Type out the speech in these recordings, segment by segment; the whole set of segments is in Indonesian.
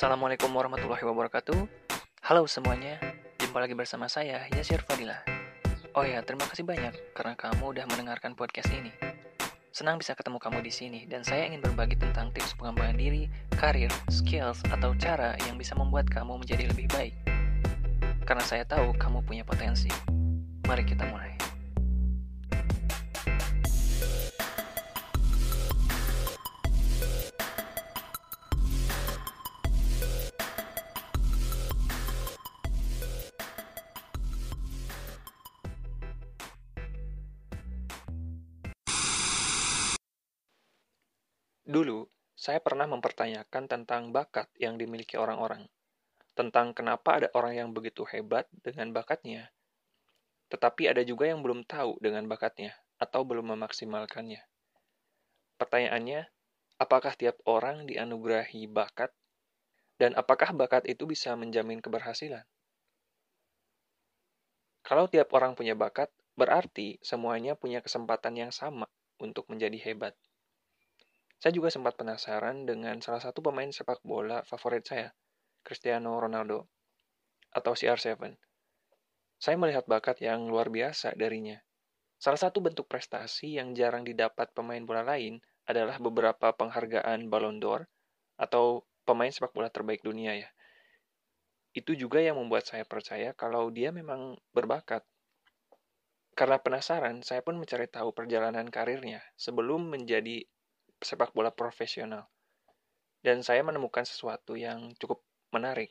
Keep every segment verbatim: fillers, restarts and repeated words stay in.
Assalamualaikum warahmatullahi wabarakatuh. Halo semuanya, jumpa lagi bersama saya, Yasir Fadila. Oh ya, terima kasih banyak karena kamu udah mendengarkan podcast ini. Senang bisa ketemu kamu di sini dan saya ingin berbagi tentang tips pengembangan diri, karir, skills, atau cara yang bisa membuat kamu menjadi lebih baik. Karena saya tahu kamu punya potensi. Mari kita mulai. Dulu, saya pernah mempertanyakan tentang bakat yang dimiliki orang-orang. Tentang kenapa ada orang yang begitu hebat dengan bakatnya, tetapi ada juga yang belum tahu dengan bakatnya atau belum memaksimalkannya. Pertanyaannya, apakah tiap orang dianugerahi bakat, dan apakah bakat itu bisa menjamin keberhasilan? Kalau tiap orang punya bakat, berarti semuanya punya kesempatan yang sama untuk menjadi hebat. Saya juga sempat penasaran dengan salah satu pemain sepak bola favorit saya, Cristiano Ronaldo, atau C R tujuh. Saya melihat bakat yang luar biasa darinya. Salah satu bentuk prestasi yang jarang didapat pemain bola lain adalah beberapa penghargaan Ballon d'Or atau pemain sepak bola terbaik dunia ya. Itu juga yang membuat saya percaya kalau dia memang berbakat. Karena penasaran, saya pun mencari tahu perjalanan karirnya sebelum menjadi sepak bola profesional. Dan saya menemukan sesuatu yang cukup menarik.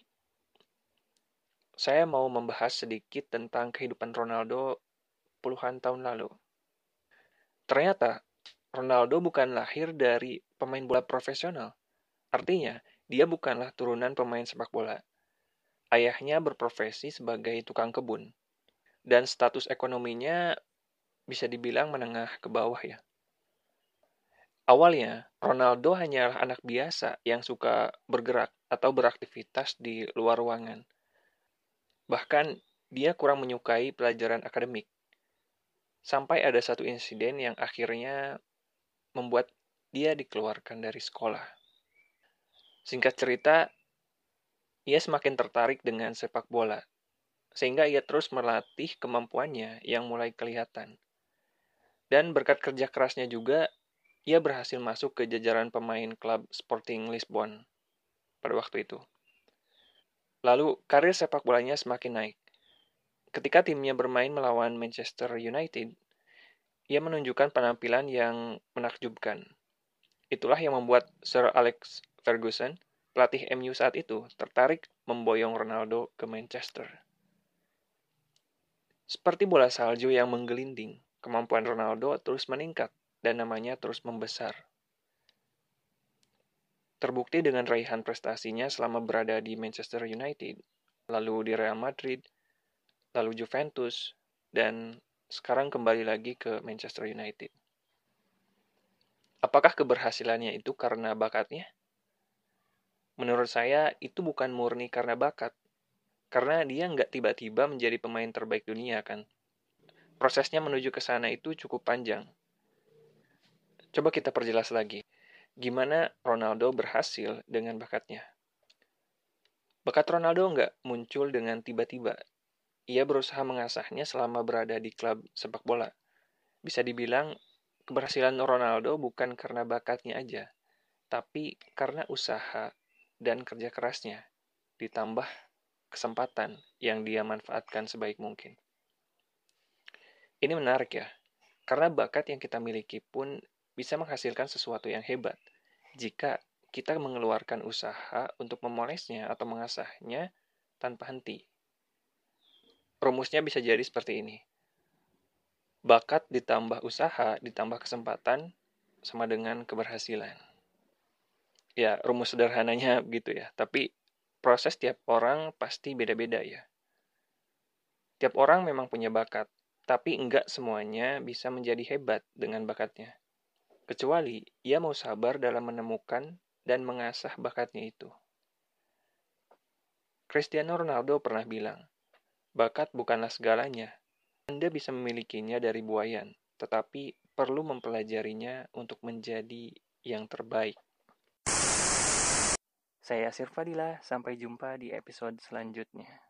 Saya mau membahas sedikit tentang kehidupan Ronaldo puluhan tahun lalu. Ternyata, Ronaldo bukan lahir dari pemain bola profesional. Artinya, dia bukanlah turunan pemain sepak bola. Ayahnya berprofesi sebagai tukang kebun. Dan status ekonominya bisa dibilang menengah ke bawah ya. Awalnya, Ronaldo hanyalah anak biasa yang suka bergerak atau beraktivitas di luar ruangan. Bahkan, dia kurang menyukai pelajaran akademik. Sampai ada satu insiden yang akhirnya membuat dia dikeluarkan dari sekolah. Singkat cerita, ia semakin tertarik dengan sepak bola, sehingga ia terus melatih kemampuannya yang mulai kelihatan. Dan berkat kerja kerasnya juga, ia berhasil masuk ke jajaran pemain klub Sporting Lisbon pada waktu itu. Lalu, karir sepak bolanya semakin naik. Ketika timnya bermain melawan Manchester United, ia menunjukkan penampilan yang menakjubkan. Itulah yang membuat Sir Alex Ferguson, pelatih M U saat itu, tertarik memboyong Ronaldo ke Manchester. Seperti bola salju yang menggelinding, kemampuan Ronaldo terus meningkat dan namanya terus membesar. Terbukti dengan raihan prestasinya selama berada di Manchester United, lalu di Real Madrid, lalu Juventus, dan sekarang kembali lagi ke Manchester United. Apakah keberhasilannya itu karena bakatnya? Menurut saya, itu bukan murni karena bakat. Karena dia nggak tiba-tiba menjadi pemain terbaik dunia kan. Prosesnya menuju ke sana itu cukup panjang. Coba kita perjelas lagi. Gimana Ronaldo berhasil dengan bakatnya? Bakat Ronaldo nggak muncul dengan tiba-tiba. Ia berusaha mengasahnya selama berada di klub sepak bola. Bisa dibilang, keberhasilan Ronaldo bukan karena bakatnya aja, tapi karena usaha dan kerja kerasnya, ditambah kesempatan yang dia manfaatkan sebaik mungkin. Ini menarik ya, karena bakat yang kita miliki pun bisa menghasilkan sesuatu yang hebat jika kita mengeluarkan usaha untuk memolesnya atau mengasahnya tanpa henti. Rumusnya bisa jadi seperti ini. Bakat ditambah usaha ditambah kesempatan sama dengan keberhasilan. Ya, rumus sederhananya begitu ya, tapi proses tiap orang pasti beda-beda ya. Tiap orang memang punya bakat, tapi enggak semuanya bisa menjadi hebat dengan bakatnya. Kecuali ia mau sabar dalam menemukan dan mengasah bakatnya itu. Cristiano Ronaldo pernah bilang, bakat bukanlah segalanya. Anda bisa memilikinya dari buayan, tetapi perlu mempelajarinya untuk menjadi yang terbaik. Saya Yasir Fadila, sampai jumpa di episode selanjutnya.